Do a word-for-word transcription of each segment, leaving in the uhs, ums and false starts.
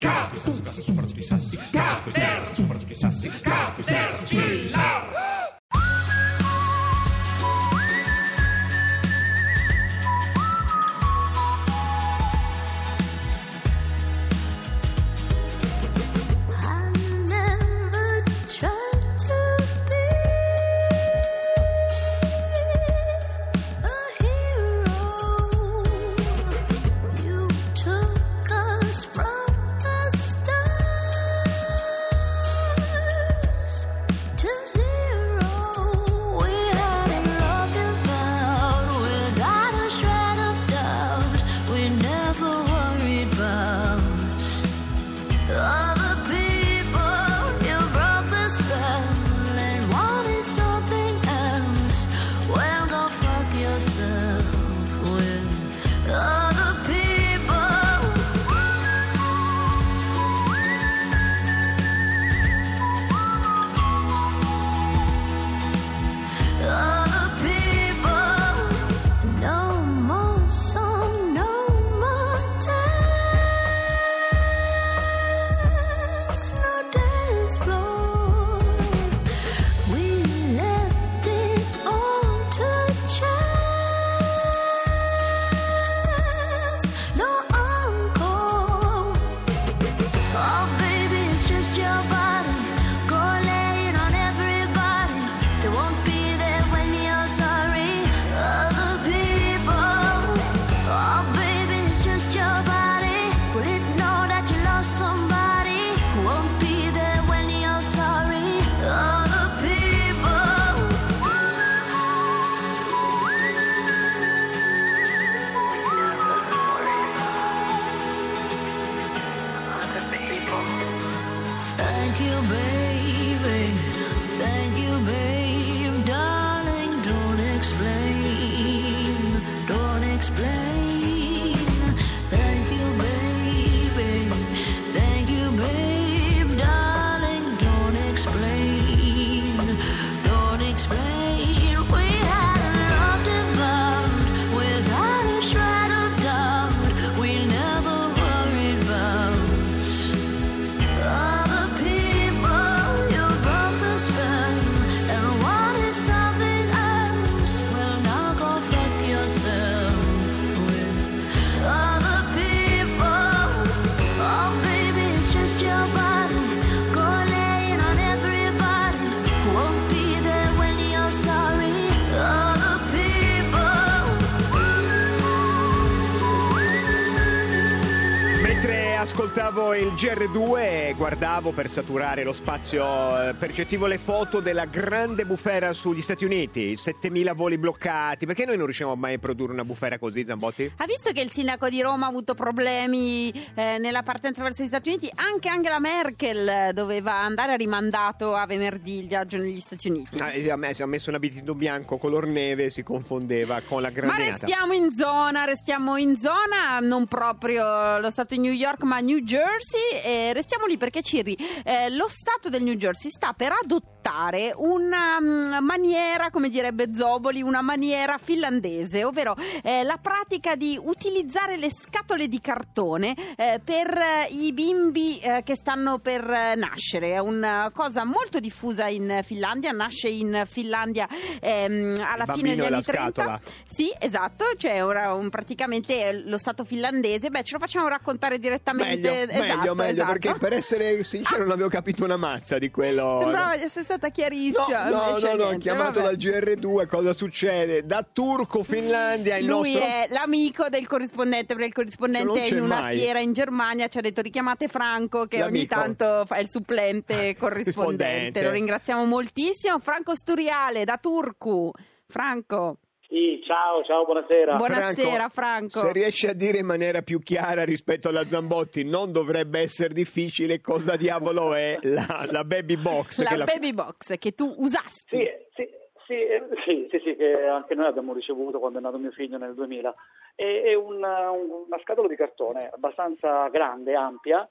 Ascoltavo il G R due e guardavo per saturare lo spazio percettivo le foto della grande bufera sugli Stati Uniti, settemila voli bloccati. Perché noi non riusciamo mai a produrre una bufera così, Zambotti? Ha visto che il sindaco di Roma ha avuto problemi eh, nella partenza verso gli Stati Uniti? Anche Angela Merkel doveva andare, a rimandato a venerdì il viaggio negli Stati Uniti. Ah, a me si è messo un abitino bianco color neve, si confondeva con la grandinata. Ma restiamo in zona, restiamo in zona, non proprio lo stato di New York ma New Jersey, e restiamo lì perché Ciri, eh, lo stato del New Jersey sta per adottare una um, maniera, come direbbe Zoboli, una maniera finlandese, ovvero eh, la pratica di utilizzare le scatole di cartone eh, per eh, i bimbi eh, che stanno per eh, nascere. È una cosa molto diffusa in Finlandia, nasce in Finlandia ehm, alla fine degli anni trenta. Scatola. Sì, esatto, cioè ora un, praticamente lo stato finlandese. Beh, ce lo facciamo raccontare direttamente. Meglio, esatto, meglio, meglio esatto. Perché per essere sincero non avevo capito una mazza di quello. Sembrava di essere stata chiarissima. No, no, no, no, niente, chiamato vabbè. dal G R due, cosa succede? Da turco Finlandia il Lui nostro... è l'amico del corrispondente, perché il corrispondente è in una mai. fiera in Germania ci ha detto richiamate Franco che L'amico. ogni tanto fa il supplente corrispondente. Rispondente. Lo ringraziamo moltissimo. Franco Sturiale da Turku. Franco. Sì, ciao, ciao, buonasera. Buonasera Franco. Se riesci a dire in maniera più chiara rispetto alla Zambotti, non dovrebbe essere difficile cosa diavolo è la, la baby box. La che baby la... box che tu usasti. Sì, sì, sì, sì, sì, sì, che anche noi abbiamo ricevuto quando è nato mio figlio nel duemila. È, è una, una scatola di cartone abbastanza grande, ampia,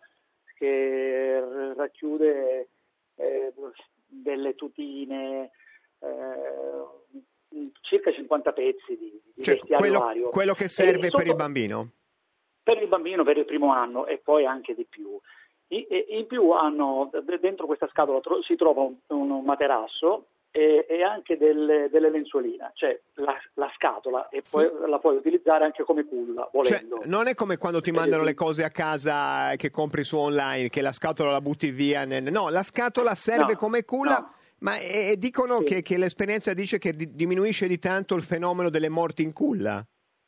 che racchiude eh, delle tutine, eh, circa cinquanta pezzi di, di cioè, vestiario quello, vario. quello che serve sotto, per il bambino? Per il bambino, per il primo anno e poi anche di più. In, in più hanno dentro questa scatola tro- si trova un, un materasso e, e anche delle, delle lenzuolina, cioè la, la scatola e poi sì. la puoi utilizzare anche come culla volendo. Cioè, non è come quando ti mandano le cose a casa che compri su online, che la scatola la butti via, nel... no, la scatola serve no, come culla. No. Ma e, dicono sì. che, che l'esperienza dice che di, diminuisce di tanto il fenomeno delle morti in culla.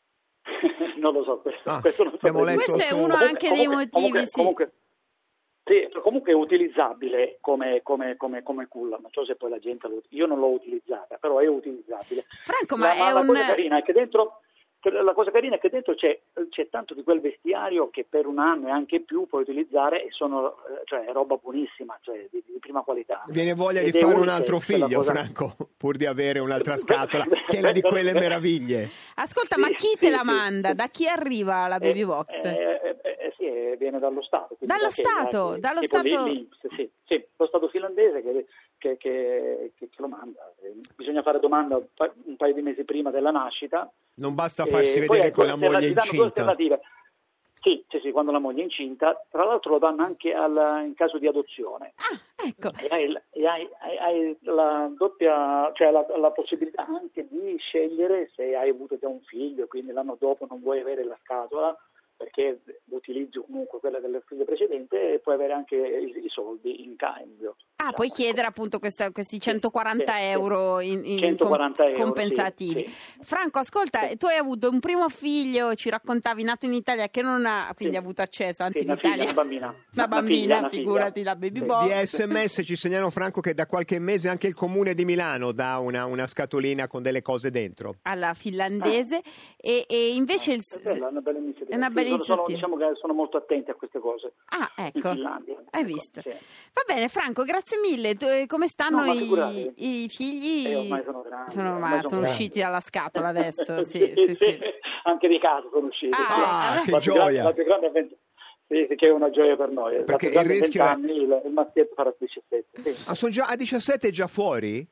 Non lo so, questo, ah, questo non so. Questo è uno comunque, anche comunque, dei motivi, comunque, sì. Comunque, sì, comunque è utilizzabile come, come, come, come culla, non so se poi la gente lo, io non l'ho utilizzata, però è utilizzabile. Franco, ma la, è ma la un... cosa carina è che dentro la cosa carina è che dentro c'è, c'è tanto di quel vestiario che per un anno e anche più puoi utilizzare e sono, cioè, è roba buonissima, cioè di, di prima qualità. Viene voglia Ed di fare un unisex, altro figlio, cosa... Franco, pur di avere un'altra scatola, che è la di quelle meraviglie. Ascolta, sì, ma chi sì, te la sì, manda? sì. Da chi arriva la Baby Box? Eh, eh, eh, eh, sì, eh, viene dallo Stato. Dallo da Stato? che, dallo tipo Stato... L'I N P S, sì, sì, lo Stato finlandese che, che, che, che lo manda. Bisogna fare domanda un paio di mesi prima della nascita. Non basta farsi e vedere con la moglie incinta. incinta. Sì, sì, sì, quando la moglie è incinta, tra l'altro lo danno anche al, in caso di adozione. Ah, ecco. E hai, e hai, hai, hai la doppia, cioè la, la possibilità anche di scegliere se hai avuto già un figlio, quindi l'anno dopo non vuoi avere la scatola, perché utilizzi comunque quella del figlio precedente e puoi avere anche i, i soldi in cambio. Ah, diciamo. puoi chiedere appunto questa, questi centoquaranta sì, euro in, in centoquaranta com- euro, compensativi. sì, sì. Franco, ascolta, sì. tu hai avuto un primo figlio, ci raccontavi, nato in Italia, che non ha quindi sì. avuto accesso, anzi sì, in una Italia. Figlia, una bambina. Una una bambina, figlia, una figurati, figlia. la Baby sì. Box. Via S M S ci segnalano, Franco, che da qualche mese anche il comune di Milano dà una, una scatolina con delle cose dentro. Alla finlandese. Ah. E, e invece... Ah, il... è, bella, è una bella iniziativa. È una bella sì, iniziativa. Sono, diciamo che sono molto attenti a queste cose. Ah, ecco. In Finlandia. Hai Ecco, visto. sì. Va bene, Franco, grazie mille. Tu, come stanno no, i, i figli? Eh, ormai sono grandi. Sono, ormai ma sono sono grandi. usciti dalla scatola adesso. sì, sì, sì, sì, sì. Anche di casa sono usciti. Ah, ah, che la gioia. Più grande, la più grande avventura. Sì, sì, che è una gioia per noi. Perché la il rischio venti anni, il, il maschietto farà diciassette. Sì. Ah, sono già a diciassette è già fuori?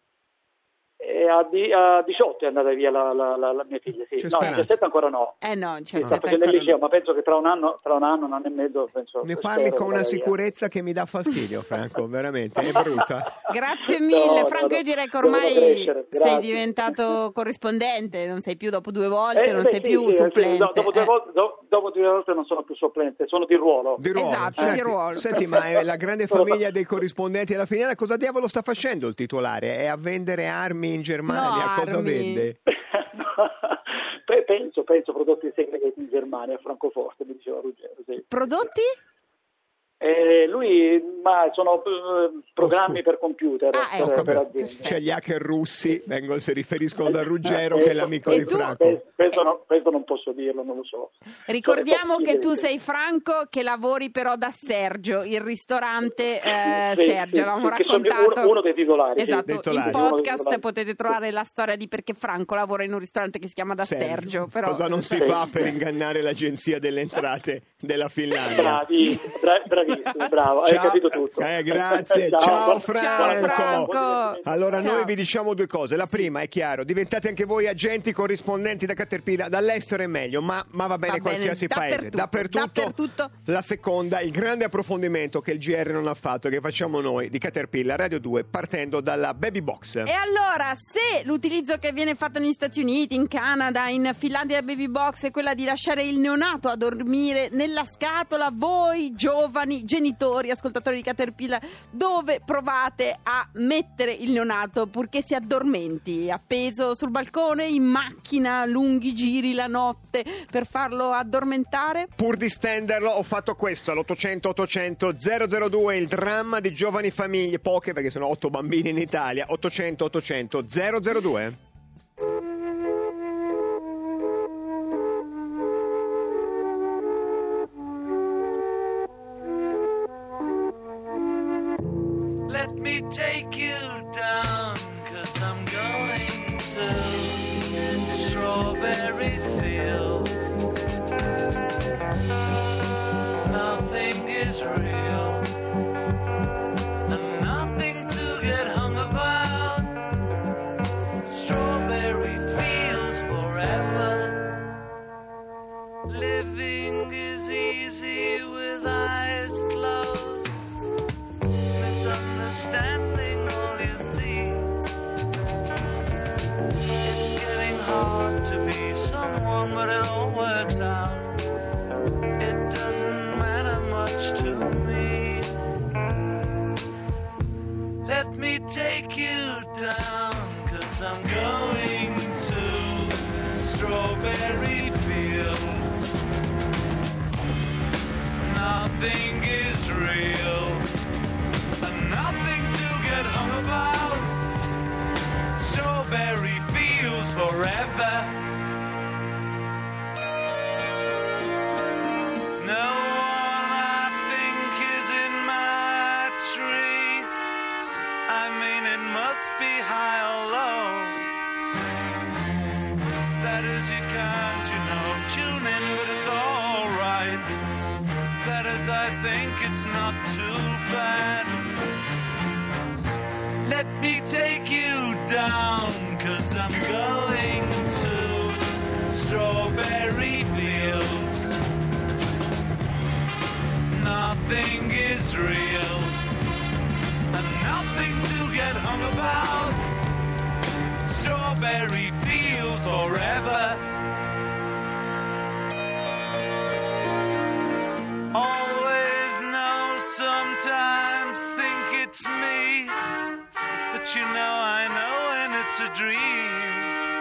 E a, di, a diciotto è andata via la, la, la, la mia figlia, sì. C'è No, speranza. diciassette ancora no. Eh no, c'è Sì, sta facendo il liceo, ma penso che tra un anno, tra un anno, un anno e mezzo, penso. Ne parli con una via. sicurezza che mi dà fastidio, Franco, veramente, è brutta. Grazie mille, No, Franco, no, io direi che devono ormai crescere, sei grazie. diventato corrispondente, non sei più dopo due volte, Eh, non beh, sei sì, più sì, supplente. sì, no, dopo, due eh. volte, do, dopo due volte non sono più supplente, sono di ruolo. Di ruolo. Esatto, Senti, di ruolo. Senti, ma è la grande famiglia dei corrispondenti alla finale, cosa diavolo sta facendo il titolare? È a vendere armi in Germania? No, cosa armi. vende? penso, penso prodotti segreti in Germania, a Francoforte, mi diceva Ruggero. Sì. Prodotti? Eh, lui, ma sono eh, programmi Oh, per computer, Ah, per, ecco. per C'è aziende. C'è gli hacker russi, vengo, si riferiscono da Ruggero, Eh, che è l'amico e di tu? Franco. Eh, Questo, no, questo non posso dirlo, non lo so. Ricordiamo Sono che tu possibili. sei Franco, che lavori però da Sergio, il ristorante eh, Sì, Sergio, sì, avevamo sì, che sono raccontato. uno, uno dei titolari. Esatto, dei in titolari. Uno dei podcast titolari. potete trovare la storia di perché Franco lavora in un ristorante che si chiama da Sergio. Sergio, però... cosa non si Sì. fa per ingannare l'agenzia delle entrate della Finlandia? Bravi, bra- bravissimo, bravo, hai Ciao. capito tutto. Eh, grazie, ciao, Ciao, Franco. Ciao, Franco. Allora Ciao. noi vi diciamo due cose. La prima è chiaro, diventate anche voi agenti corrispondenti da Caterpillar, dall'estero è meglio, ma, ma va bene Va bene, qualsiasi paese. dappertutto, dappertutto. La seconda, il grande approfondimento che il G R non ha fatto, che facciamo noi di Caterpillar Radio due, partendo dalla Baby Box. E allora, se l'utilizzo che viene fatto negli Stati Uniti, in Canada, in Finlandia la Baby Box è quella di lasciare il neonato a dormire nella scatola, voi giovani genitori, ascoltatori di Caterpillar, dove provate a mettere il neonato purché si addormenti? Appeso sul balcone, in macchina, lunghi giri la notte per farlo addormentare? Pur di stenderlo ho fatto questo all'ottocento ottocento zero zero due, il dramma di giovani famiglie, poche perché sono otto bambini in Italia. Ottocento ottocento zero zero due. Let me take you down, 'cause I'm going to Strawberry Fields. Nothing is real, and nothing to get hung about. Strawberry Fields forever. Living is easy with eyes closed. understanding all you see. It's getting hard to be someone, but it all works out. It doesn't matter much to me. Let me take you down, 'cause I'm going to strawberry fields. Nothing is real, and nothing to get hung about. Strawberry fields forever. No one I think is in my tree. I mean, it must be high or low. That is, you can't, you know, tune in, but it's all right. That is, I think it's not too bad. Let me take you down, 'cause I'm going to strawberry fields. Nothing is real, and nothing to get hung about. Strawberry fields forever. Always know, sometimes think it's me, but you know I know when it's a dream.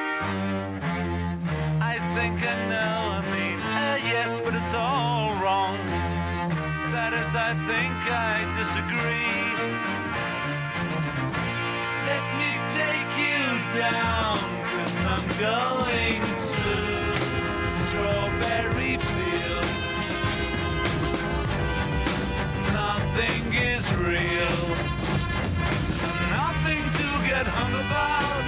I think I know, I mean, uh, yes, but it's all wrong. That is, I think I disagree. Let me take you down, 'cause I'm going to strawberry fields. Nothing is real, nothing to get hung about.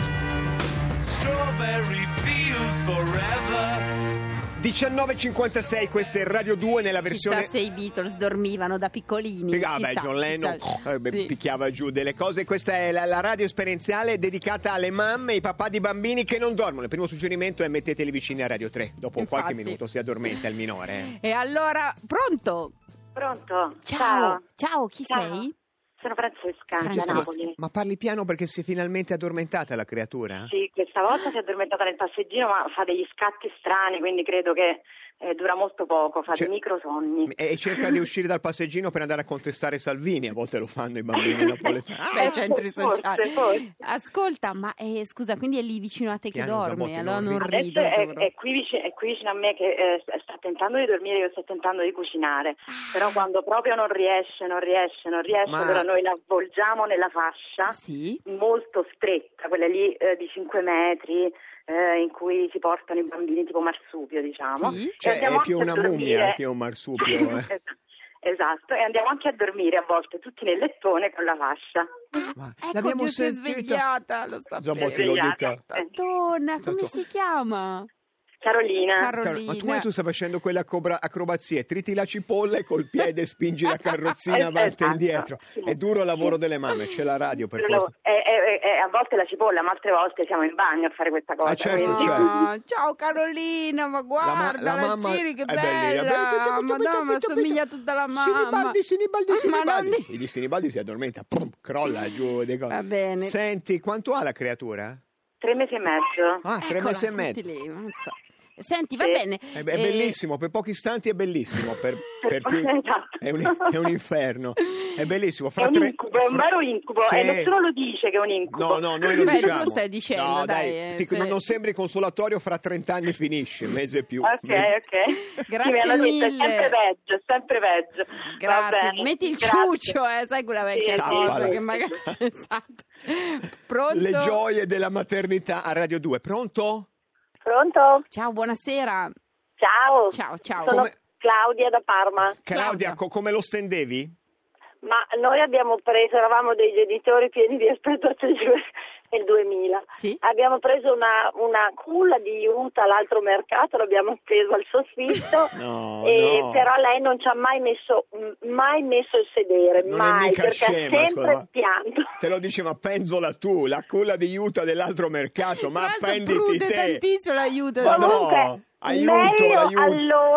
Strawberry fields forever. diciannove e cinquantasei, questa è Radio due nella versione... Chissà se i Beatles dormivano da piccolini. Ah, beh, chissà, John Lennon chissà. eh, beh, Sì. picchiava giù delle cose. Questa è la, la radio esperienziale dedicata alle mamme e ai papà di bambini che non dormono. Il primo suggerimento è: metteteli vicini a Radio tre. Dopo Infatti. qualche minuto si addormenta il minore. E allora, pronto? Pronto? Ciao. Ciao, chi Ciao. sei? Sono Francesca, Francesca. da Napoli. Ma parli piano perché si è finalmente addormentata la creatura? Sì, questa volta si è addormentata nel passeggino, ma fa degli scatti strani, quindi credo che eh, dura molto poco, fa Cioè- dei microsonni. E e cerca di uscire dal passeggino per andare a contestare Salvini. A volte lo fanno i bambini napoletani. Ah, Beh, centri forse, sociali. forse. Ascolta, ma eh, scusa, quindi è lì vicino a te che Piano, dorme? Zabotti, Allora non non ridi. rido. Adesso è, giuro. è qui vicino, è qui vicino a me che eh, sta tentando di dormire, io sto tentando di cucinare, però quando proprio non riesce, non riesce, non riesce, Ma- allora noi la avvolgiamo nella fascia Sì? molto stretta, quella lì eh, di cinque metri, eh, in cui si portano i bambini tipo marsupio, diciamo. Sì? E Cioè, andiamo è più anche a una mummia dormire. che un marsupio. eh. Esatto, e andiamo anche a dormire a volte tutti nel lettone con la fascia. Ma Ecco, l'abbiamo ti sei sentita. svegliata, lo sapevo. Zabotti lo dica. Madonna, come Tanto- si chiama? Carolina. Carolina. Ma tu, tu stai facendo quelle acrobra- acrobazie, triti la cipolla e col piede spingi la carrozzina Eh, avanti e esatto, indietro. sì. È duro il lavoro delle mamme, c'è la radio per Quello- forza. è- è- è- a volte la cipolla, ma altre volte siamo in bagno a fare questa cosa. Ah, certo, quindi- certo. Ah, ciao Carolina, ma guarda la la, mamma Ciri che è bellina. bella, madonna, ma assomiglia tutta alla mamma. Sinibaldi, Sinibaldi, Ma Sinibaldi. non E di Sinibaldi si addormenta, pum, crolla giù. dei cose. Va bene. Senti, quanto ha la creatura? Tre mesi e mezzo. Ah, tre Eccola, mesi e senti mezzo. lì, non so. Senti, va Sì. bene. È, è Eh, bellissimo, per pochi istanti è bellissimo, per, per più- Esatto. è, un, è un inferno. È bellissimo. È Fra un tre- incubo, è un fra- vero incubo, Sì. e nessuno lo dice che è un incubo. No, no, noi lo Beh, tu diciamo. lo stai dicendo, No, dai, dai, eh, ti- sì. ma non sembri consolatorio, fra trent'anni finisce, mese più. Ok, Mese- ok. Grazie Sì, mi hanno detto, mille. è sempre peggio, è sempre peggio. Va Grazie, bene, metti il grazie. ciuccio, eh, sai quella vecchia Sì, cosa tappala. che magari... Esatto. Pronto? Le gioie della maternità a Radio due. Pronto? Pronto? Ciao, buonasera. Ciao. Ciao, ciao. Sono Come- Claudia da Parma. Claudia, Claudia. co- come lo stendevi? Ma noi abbiamo preso, eravamo dei genitori pieni di aspettative nel duemila. Sì? Abbiamo preso una, una culla di Utah all'altro mercato, l'abbiamo appeso al soffitto, No, e no. però lei non ci ha mai messo, mai messo il sedere, Non è mai, mica perché scema, ha sempre scusa. pianto. Te lo diceva, penzola tu, la culla di Utah dell'altro mercato, ma Tra l'altro appenditi prude te. tantissimo l'aiuto. Ma no, Comunque, aiuto, meglio aiuto. allora,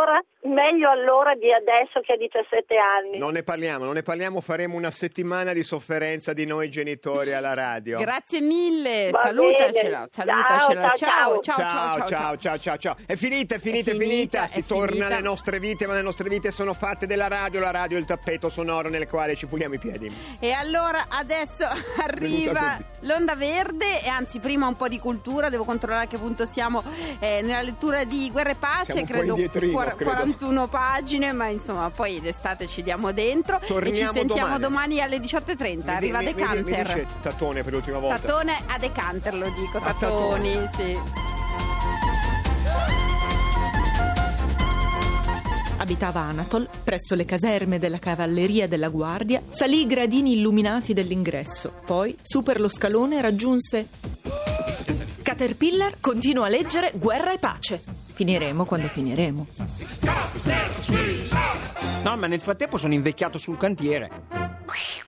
meglio allora di adesso che a diciassette anni. Non ne parliamo, non ne parliamo, faremo una settimana di sofferenza di noi genitori alla radio. Grazie mille, Va salutacela, bene. salutacela. Ciao, Ciao, ciao, ciao, Ciao, ciao, ciao, ciao. È finita, è finita, è È finita. finita, Si è torna finita. alle nostre vite, ma le nostre vite sono fatte della radio. La radio è il tappeto sonoro nel quale ci puliamo i piedi. E allora adesso arriva così. l'Onda Verde, e anzi prima un po' di cultura, devo controllare a che punto siamo eh, nella lettura di Guerra e Pace, Siamo un po' credo, indietrino, quar- credo. quarantuno pagine, ma insomma poi d'estate ci diamo dentro. Torniamo e ci sentiamo domani. domani alle diciotto e trenta. Arriva Mi- mi- mi- Mi Decanter. dice Tatone per l'ultima volta. Tatone a Decanter, lo dico, A Tatoni, Tatone. sì. Abitava a Anatol, presso le caserme della cavalleria della Guardia, salì i gradini illuminati dell'ingresso. Poi, su per lo scalone, raggiunse... Caterpillar continua a leggere Guerra e Pace. Finiremo quando finiremo. No, ma nel frattempo sono invecchiato sul cantiere.